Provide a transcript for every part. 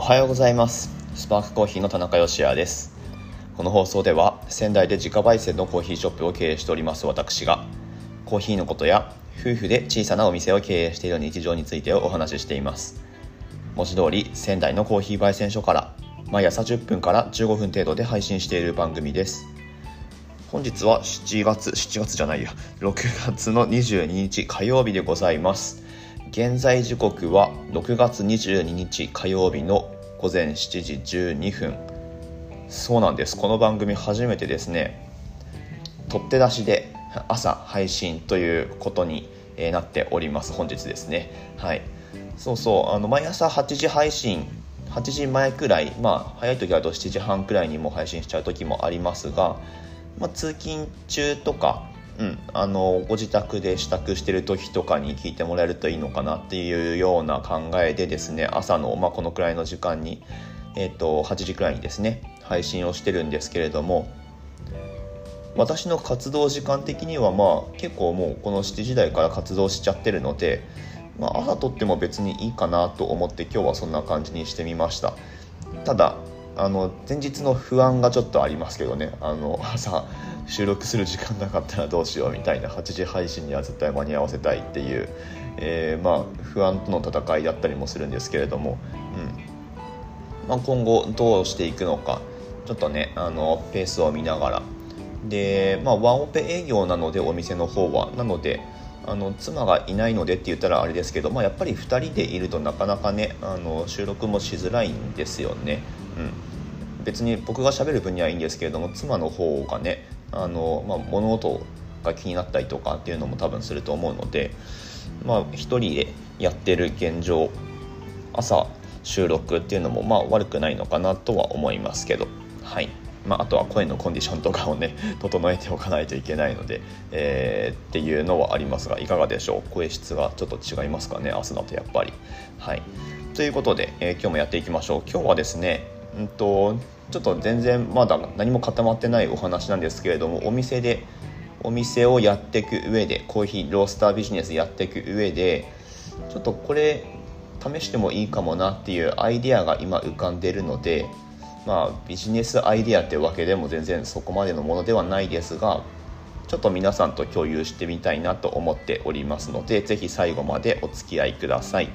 はようございます。スパークコーヒーの田中芳也です。この放送では仙台で自家焙煎のコーヒーショップを経営しております私がコーヒーのことや夫婦で小さなお店を経営している日常についてお話ししています。文字通り仙台のコーヒー焙煎所から毎朝10分から15分程度で配信している番組です。本日は6月の22日火曜日でございます。現在時刻は6月22日火曜日の午前7時12分。そうなんです。この番組初めてですね、取って出しで朝配信ということになっております。本日ですね。はい。毎朝8時配信、8時前くらい、早い時だと7時半くらいにも配信しちゃう時もありますが、通勤中とかご自宅で支度してる時とかに聞いてもらえるといいのかなっていうような考えでですね、朝のこのくらいの時間に8時くらいにですね配信をしてるんですけれども、私の活動時間的には結構もうこの7時台から活動しちゃってるので、朝撮っても別にいいかなと思って今日はそんな感じにしてみました。ただ前日の不安がちょっとありますけどね、朝収録する時間なかったらどうしようみたいな、8時配信には絶対間に合わせたいっていう、不安との戦いだったりもするんですけれども、今後どうしていくのかちょっとねペースを見ながらで、ワンオペ営業なのでお店の方はなので妻がいないのでって言ったらあれですけど、やっぱり2人でいるとなかなかね収録もしづらいんですよね。別に僕が喋る分にはいいんですけれども、妻の方がね物音が気になったりとかっていうのも多分すると思うので、一人でやってる現状、朝収録っていうのも悪くないのかなとは思いますけど、はい。あとは声のコンディションとかをね整えておかないといけないので、っていうのはありますが、いかがでしょう。声質がちょっと違いますかね、朝だとやっぱり。はい。ということで、今日もやっていきましょう。今日はですねちょっと全然まだ何も固まってないお話なんですけれども、お店をやっていく上で、コーヒーロースタービジネスやっていく上でちょっとこれ試してもいいかもなっていうアイデアが今浮かんでいるので、ビジネスアイデアってわけでも全然そこまでのものではないですが、ちょっと皆さんと共有してみたいなと思っておりますので、ぜひ最後までお付き合いください。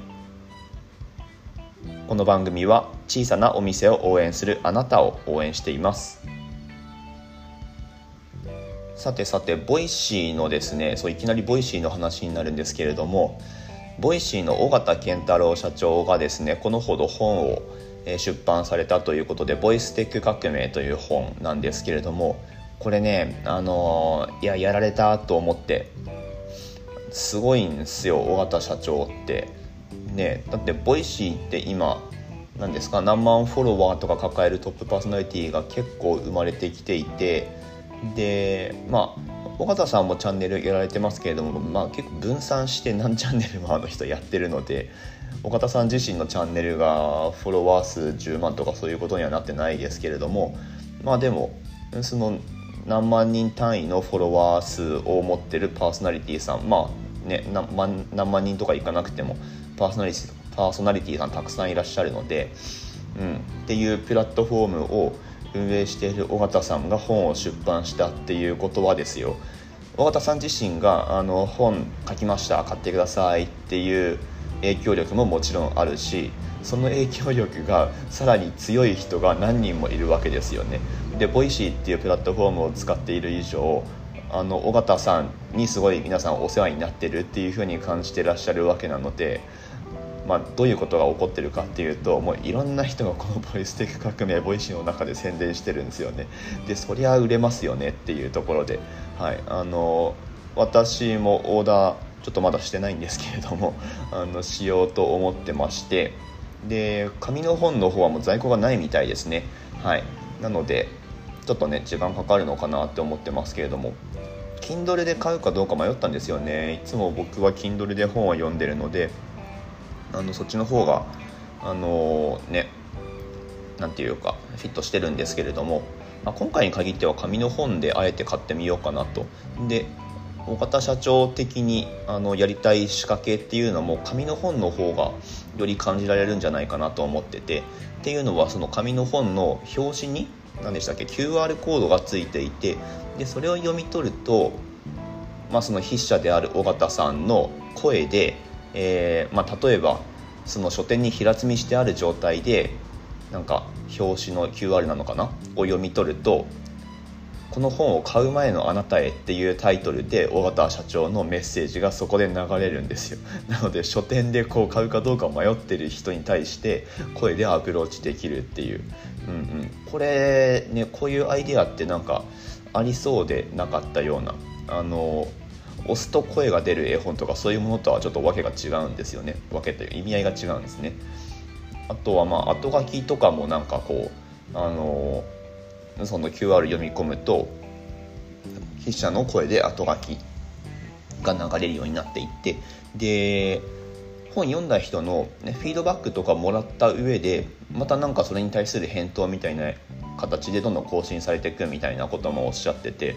この番組は小さなお店を応援するあなたを応援しています。さてボイシーのですね、いきなりボイシーの話になるんですけれども、ボイシーの尾形健太郎社長がですね、このほど本を出版されたということで、ボイステック革命という本なんですけれども、これねやられたと思って、すごいんですよ尾形社長ってね。だってボイシーって今何ですか、何万フォロワーとか抱えるトップパーソナリティが結構生まれてきていて、で尾形さんもチャンネルやられてますけれども、結構分散して何チャンネルも人やってるので、尾形さん自身のチャンネルがフォロワー数10万とかそういうことにはなってないですけれども、でもその何万人単位のフォロワー数を持ってるパーソナリティさん、何万人とかいかなくてもパーソナリティさんたくさんいらっしゃるので、っていうプラットフォームを運営している尾形さんが本を出版したっていうことはですよ、尾形さん自身が本書きました、買ってくださいっていう影響力ももちろんあるし、その影響力がさらに強い人が何人もいるわけですよね。でボイシーっていうプラットフォームを使っている以上、尾形さんにすごい皆さんお世話になってるっていう風に感じてらっしゃるわけなので、どういうことが起こってるかっていうと、もういろんな人がこのボイステック革命ボイシーの中で宣伝してるんですよね。でそりゃ売れますよねっていうところで、はい、私もオーダーちょっとまだしてないんですけれどもしようと思ってまして、で紙の本の方はもう在庫がないみたいですね。はい、なのでちょっとね時間かかるのかなって思ってますけれども、 Kindle で買うかどうか迷ったんですよね。いつも僕は Kindle で本を読んでるので、そっちの方がなんていうかフィットしてるんですけれども、今回に限っては紙の本であえて買ってみようかなと。で尾形社長的にやりたい仕掛けっていうのも紙の本の方がより感じられるんじゃないかなと思ってて、っていうのはその紙の本の表紙に何でしたっけ QR コードがついていて、でそれを読み取ると、その筆者である尾形さんの声で、例えばその書店に平積みしてある状態でなんか表紙の QR なのかなを読み取ると、この本を買う前のあなたへっていうタイトルで尾形社長のメッセージがそこで流れるんですよ。なので書店でこう買うかどうか迷ってる人に対して声でアプローチできるっていう、これね、こういうアイデアってなんかありそうでなかったような、押すと声が出る絵本とかそういうものとはちょっとわけが違うんですよね。わけという意味合いが違うんですね。あとは後書きとかもなんかこうその QR 読み込むと筆者の声で後書きが流れるようになっていって、で本読んだ人の、フィードバックとかもらった上でまたなんかそれに対する返答みたいな形でどんどん更新されていくみたいなこともおっしゃってて、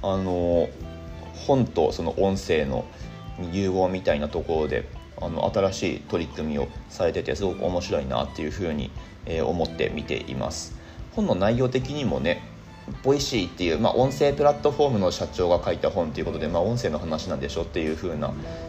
本とその音声の融合みたいなところで新しい取り組みをされててすごく面白いなっていうふうに思って見ています。本の内容的にもね、ボイシーっていう、音声プラットフォームの社長が書いた本ということで、音声の話なんでしょっていう風な、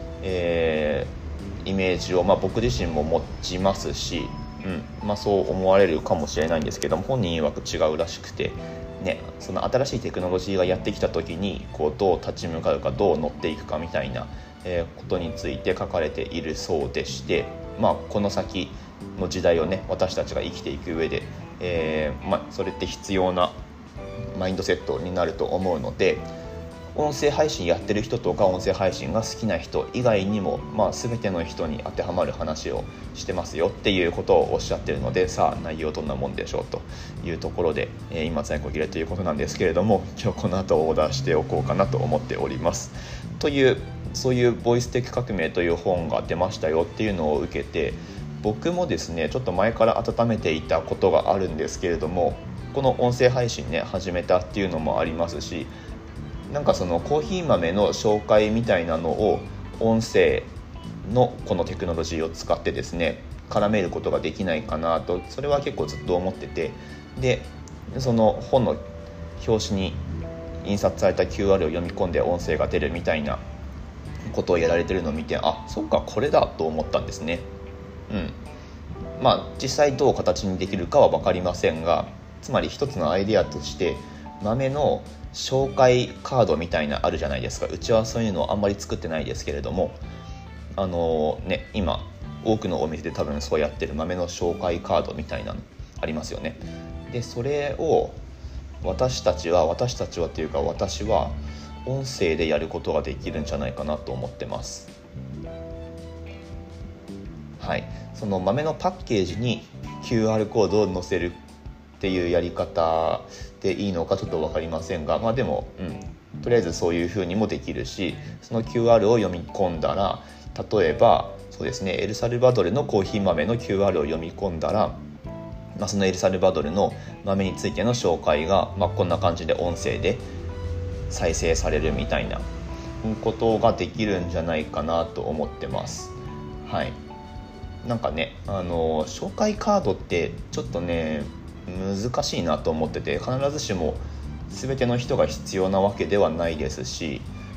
イメージを、僕自身も持ちますし、そう思われるかもしれないんですけども、本人曰く違うらしくて、その新しいテクノロジーがやってきた時にこうどう立ち向かうか、どう乗っていくかみたいな、ことについて書かれているそうでして、この先の時代をね、私たちが生きていく上で、それって必要なマインドセットになると思うので、音声配信やってる人とか音声配信が好きな人以外にも、全ての人に当てはまる話をしてますよっていうことをおっしゃってるので、さあ内容どんなもんでしょうというところで、今在庫切れということなんですけれども、今日この後オーダーしておこうかなと思っておりますという、そういうボイス的革命という本が出ましたよっていうのを受けて、僕もですねちょっと前から温めていたことがあるんですけれども、この音声配信ね始めたっていうのもありますし、なんかそのコーヒー豆の紹介みたいなのを音声のこのテクノロジーを使ってですね絡めることができないかなと、それは結構ずっと思ってて、でその本の表紙に印刷された QR を読み込んで音声が出るみたいなことをやられてるのを見て、そうかこれだと思ったんですね。実際どう形にできるかは分かりませんが、つまり一つのアイデアとして豆の紹介カードみたいなあるじゃないですか。うちはそういうのあんまり作ってないですけれども、今多くのお店で多分そうやってる豆の紹介カードみたいなのありますよね。でそれを私は音声でやることができるんじゃないかなと思ってます。その豆のパッケージに QR コードを載せるっていうやり方でいいのかちょっと分かりませんが、でも、とりあえずそういう風にもできるし、その QR を読み込んだら、例えばそうですねエルサルバドルのコーヒー豆の QR を読み込んだら、そのエルサルバドルの豆についての紹介が、こんな感じで音声で再生されるみたいなことができるんじゃないかなと思ってます。なんかね、紹介カードってちょっとね難しいなと思ってて、必ずしも全ての人が必要なわけではないですし、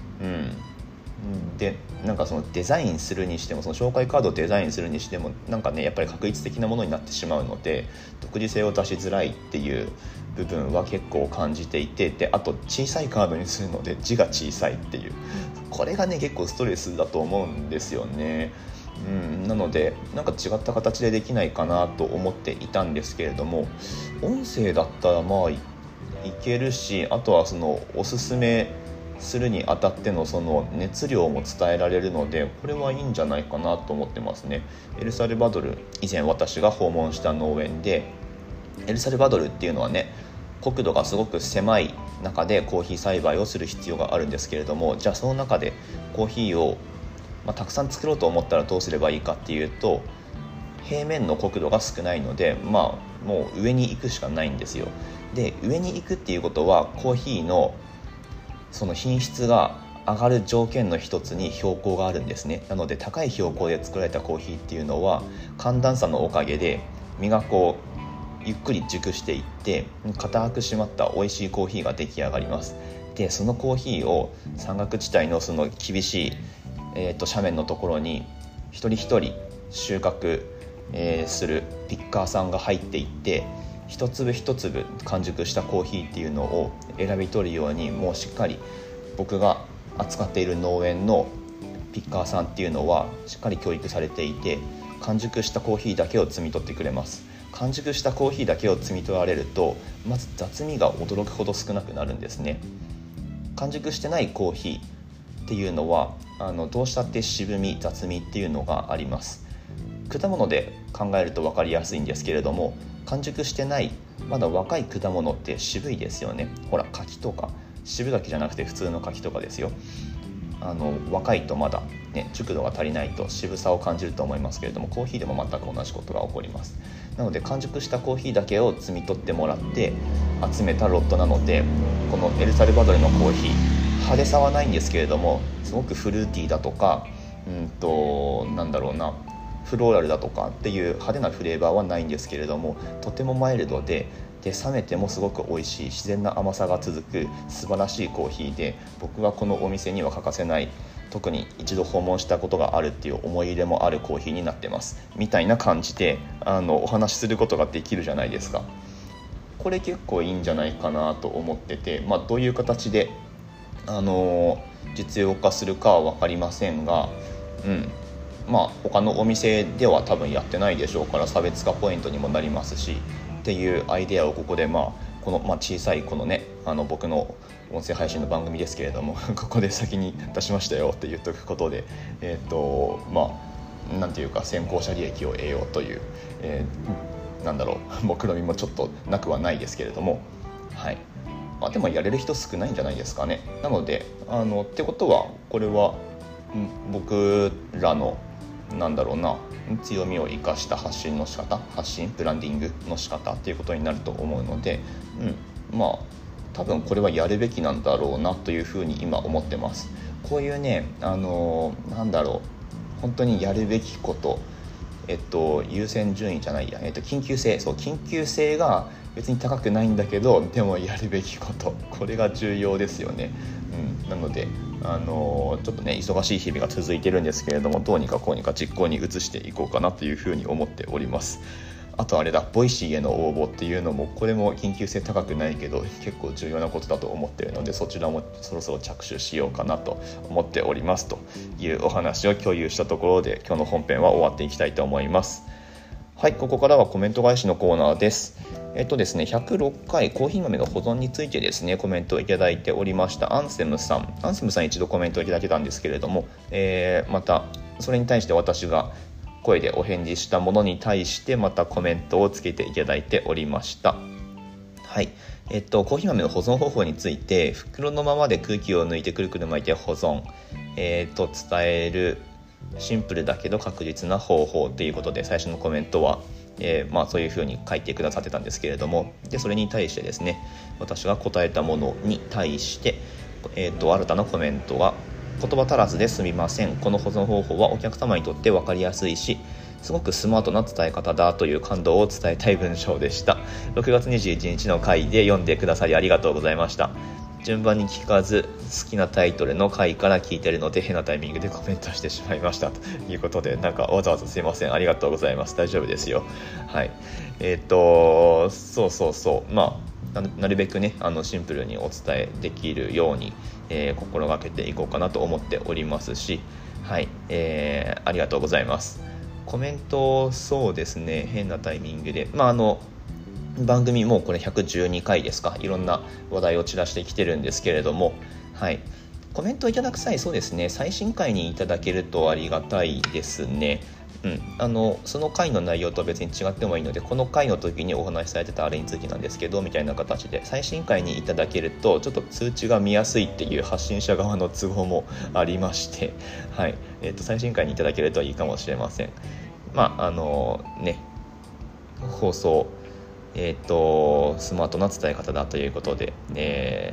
でなんかそのデザインするにしても、その紹介カードをデザインするにしてもなんかねやっぱり画一的なものになってしまうので、独自性を出しづらいっていう部分は結構感じていて、であと小さいカードにするので字が小さいっていう、これがね結構ストレスだと思うんですよね。なのでなんか違った形でできないかなと思っていたんですけれども、音声だったらいけるし、あとはそのおすすめするにあたってのその熱量も伝えられるので、これはいいんじゃないかなと思ってますね。エルサルバドル、以前私が訪問した農園で、エルサルバドルっていうのはね国土がすごく狭い中でコーヒー栽培をする必要があるんですけれども、じゃあその中でコーヒーをたくさん作ろうと思ったらどうすればいいかっていうと、平面の国土が少ないので、もう上に行くしかないんですよ。で上に行くっていうことはコーヒーのその品質が上がる条件の一つに標高があるんですね。なので高い標高で作られたコーヒーっていうのは寒暖差のおかげで実がゆっくり熟していって固く締まった美味しいコーヒーが出来上がります。でそのコーヒーを山岳地帯のその厳しい、斜面のところに一人一人収穫、するピッカーさんが入っていって一粒一粒完熟したコーヒーっていうのを選び取るようにもうしっかり僕が扱っている農園のピッカーさんっていうのはしっかり教育されていて完熟したコーヒーだけを摘み取ってくれます。完熟したコーヒーだけを摘み取られるとまず雑味が驚くほど少なくなるんですね。完熟してないコーヒーっていうのはどうしたって渋み雑味っていうのがあります。果物で考えると分かりやすいんですけれども完熟してないまだ若い果物って渋いですよね。ほら柿とか渋柿じゃなくて普通の柿とかですよ。若いとまだ、ね、熟度が足りないと渋さを感じると思いますけれどもコーヒーでも全く同じことが起こります。なので完熟したコーヒーだけを摘み取ってもらって集めたロットなのでこのエルサルバドルのコーヒー派手さはないんですけれどもすごくフルーティーだとかなんだろうなフローラルだとかっていう派手なフレーバーはないんですけれどもとてもマイルドで冷めてもすごく美味しい自然な甘さが続く素晴らしいコーヒーで僕はこのお店には欠かせない特に一度訪問したことがあるっていう思い入れもあるコーヒーになってますみたいな感じでお話しすることができるじゃないですか。これ結構いいんじゃないかなと思ってて、どういう形で実用化するかは分かりませんが、他のお店では多分やってないでしょうから差別化ポイントにもなりますしっていうアイデアをここでこの小さいこのね僕の音声配信の番組ですけれどもここで先に出しましたよって言っとくことでなんていうか先行者利益を得ようという、目論見みもちょっとなくはないですけれども、はいでもやれる人少ないんじゃないですかね。なのでってことはこれは僕らの強みを生かした発信ブランディングの仕方っていうことになると思うので、多分これはやるべきなんだろうなというふうに今思ってます。こういうね本当にやるべきこと優先順位じゃないや、緊急性が別に高くないんだけどでもやるべきことこれが重要ですよね。なのでちょっとね忙しい日々が続いてるんですけれどもどうにかこうにか実行に移していこうかなというふうに思っております。あとボイシーへの応募っていうのもこれも緊急性高くないけど結構重要なことだと思っているのでそちらもそろそろ着手しようかなと思っておりますというお話を共有したところで今日の本編は終わっていきたいと思います。はい、ここからはコメント返しのコーナーです。ですね、106回コーヒー豆の保存についてですねコメントをいただいておりましたアンセムさん一度コメントをいただけたんですけれども、またそれに対して私が声でお返事したものに対してまたコメントをつけていただいておりました。はい、コーヒー豆の保存方法について袋のままで空気を抜いてくるくる巻いて保存、と伝えるシンプルだけど確実な方法ということで最初のコメントは、そういうふうに書いてくださってたんですけれどもでそれに対してですね私が答えたものに対して、新たなコメントが言葉足らずですみません。この保存方法はお客様にとって分かりやすいしすごくスマートな伝え方だという感動を伝えたい文章でした。6月21日の回で読んでくださりありがとうございました。順番に聞かず好きなタイトルの回から聞いてるので変なタイミングでコメントしてしまいましたということでわざわざすいませんありがとうございます。大丈夫ですよ。はいなるべくねシンプルにお伝えできるように、心がけていこうかなと思っておりますしはい、ありがとうございます。コメントそうですね変なタイミングで番組もうこれ112回ですかいろんな話題を散らしてきてるんですけれどもはいコメントいただく際そうですね最新回にいただけるとありがたいですね。その回の内容とは別に違ってもいいのでこの回の時にお話しされてたあれについてなんですけどみたいな形で最新回にいただけるとちょっと通知が見やすいっていう発信者側の都合もありましてはい、最新回にいただけるといいかもしれません。放送スマートな伝え方だということで、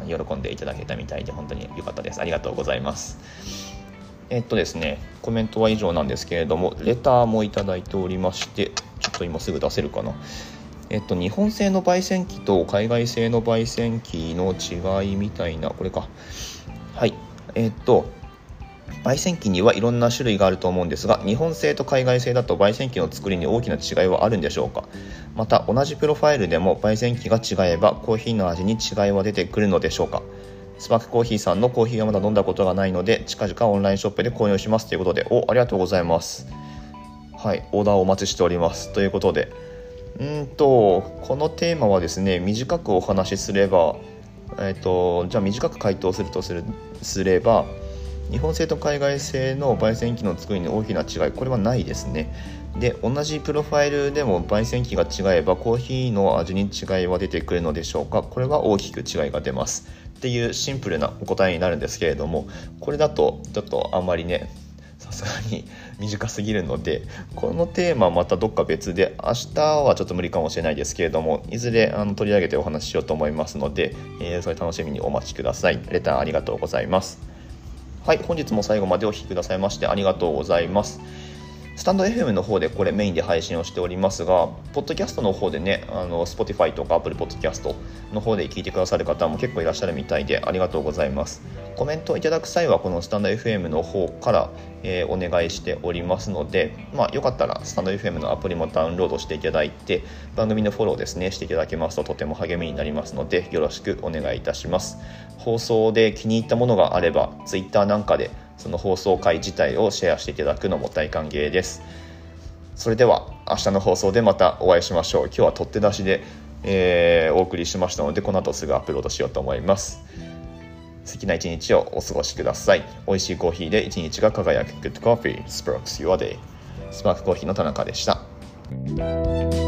喜んでいただけたみたいで本当に良かったです。ありがとうございます。ですね、コメントは以上なんですけれども、レターもいただいておりまして、ちょっと今すぐ出せるかな。日本製の焙煎機と海外製の焙煎機の違いみたいな、これか。はい。焙煎機にはいろんな種類があると思うんですが、日本製と海外製だと焙煎機の作りに大きな違いはあるんでしょうか。また同じプロファイルでも焙煎機が違えばコーヒーの味に違いは出てくるのでしょうか。スパークコーヒーさんのコーヒーはまだ飲んだことがないので、近々オンラインショップで購入しますということで、ありがとうございます。はい、オーダーをお待ちしておりますということで、このテーマはですね、短くお話しすれば、じゃあ短く回答するとすれば、日本製と海外製の焙煎機の作りに大きな違い、これはないですね。で、同じプロファイルでも焙煎機が違えばコーヒーの味に違いは出てくるのでしょうか。これは大きく違いが出ますっていうシンプルなお答えになるんですけれども、これだとちょっとあんまりね、さすがに短すぎるので、このテーマまたどっか別で、明日はちょっと無理かもしれないですけれども、いずれ取り上げてお話ししようと思いますので、それ楽しみにお待ちください。レターありがとうございます。はい、本日も最後までお聞きくださいましてありがとうございます。スタンド FM の方でこれメインで配信をしておりますが、ポッドキャストの方でね、Spotify とか Apple Podcast の方で聞いてくださる方も結構いらっしゃるみたいでありがとうございます。コメントをいただく際はこのスタンド FM の方から、お願いしておりますので、よかったらスタンド FM のアプリもダウンロードしていただいて、番組のフォローですねしていただけますととても励みになりますので、よろしくお願いいたします。放送で気に入ったものがあれば Twitter なんかでその放送回自体をシェアしていただくのも大歓迎です。それでは明日の放送でまたお会いしましょう。今日は取って出しで、お送りしましたので、この後すぐアップロードしようと思います。素敵な一日をお過ごしください。美味しいコーヒーで一日が輝く Good Coffee Sparks Your Day。スパークコーヒーの田中でした。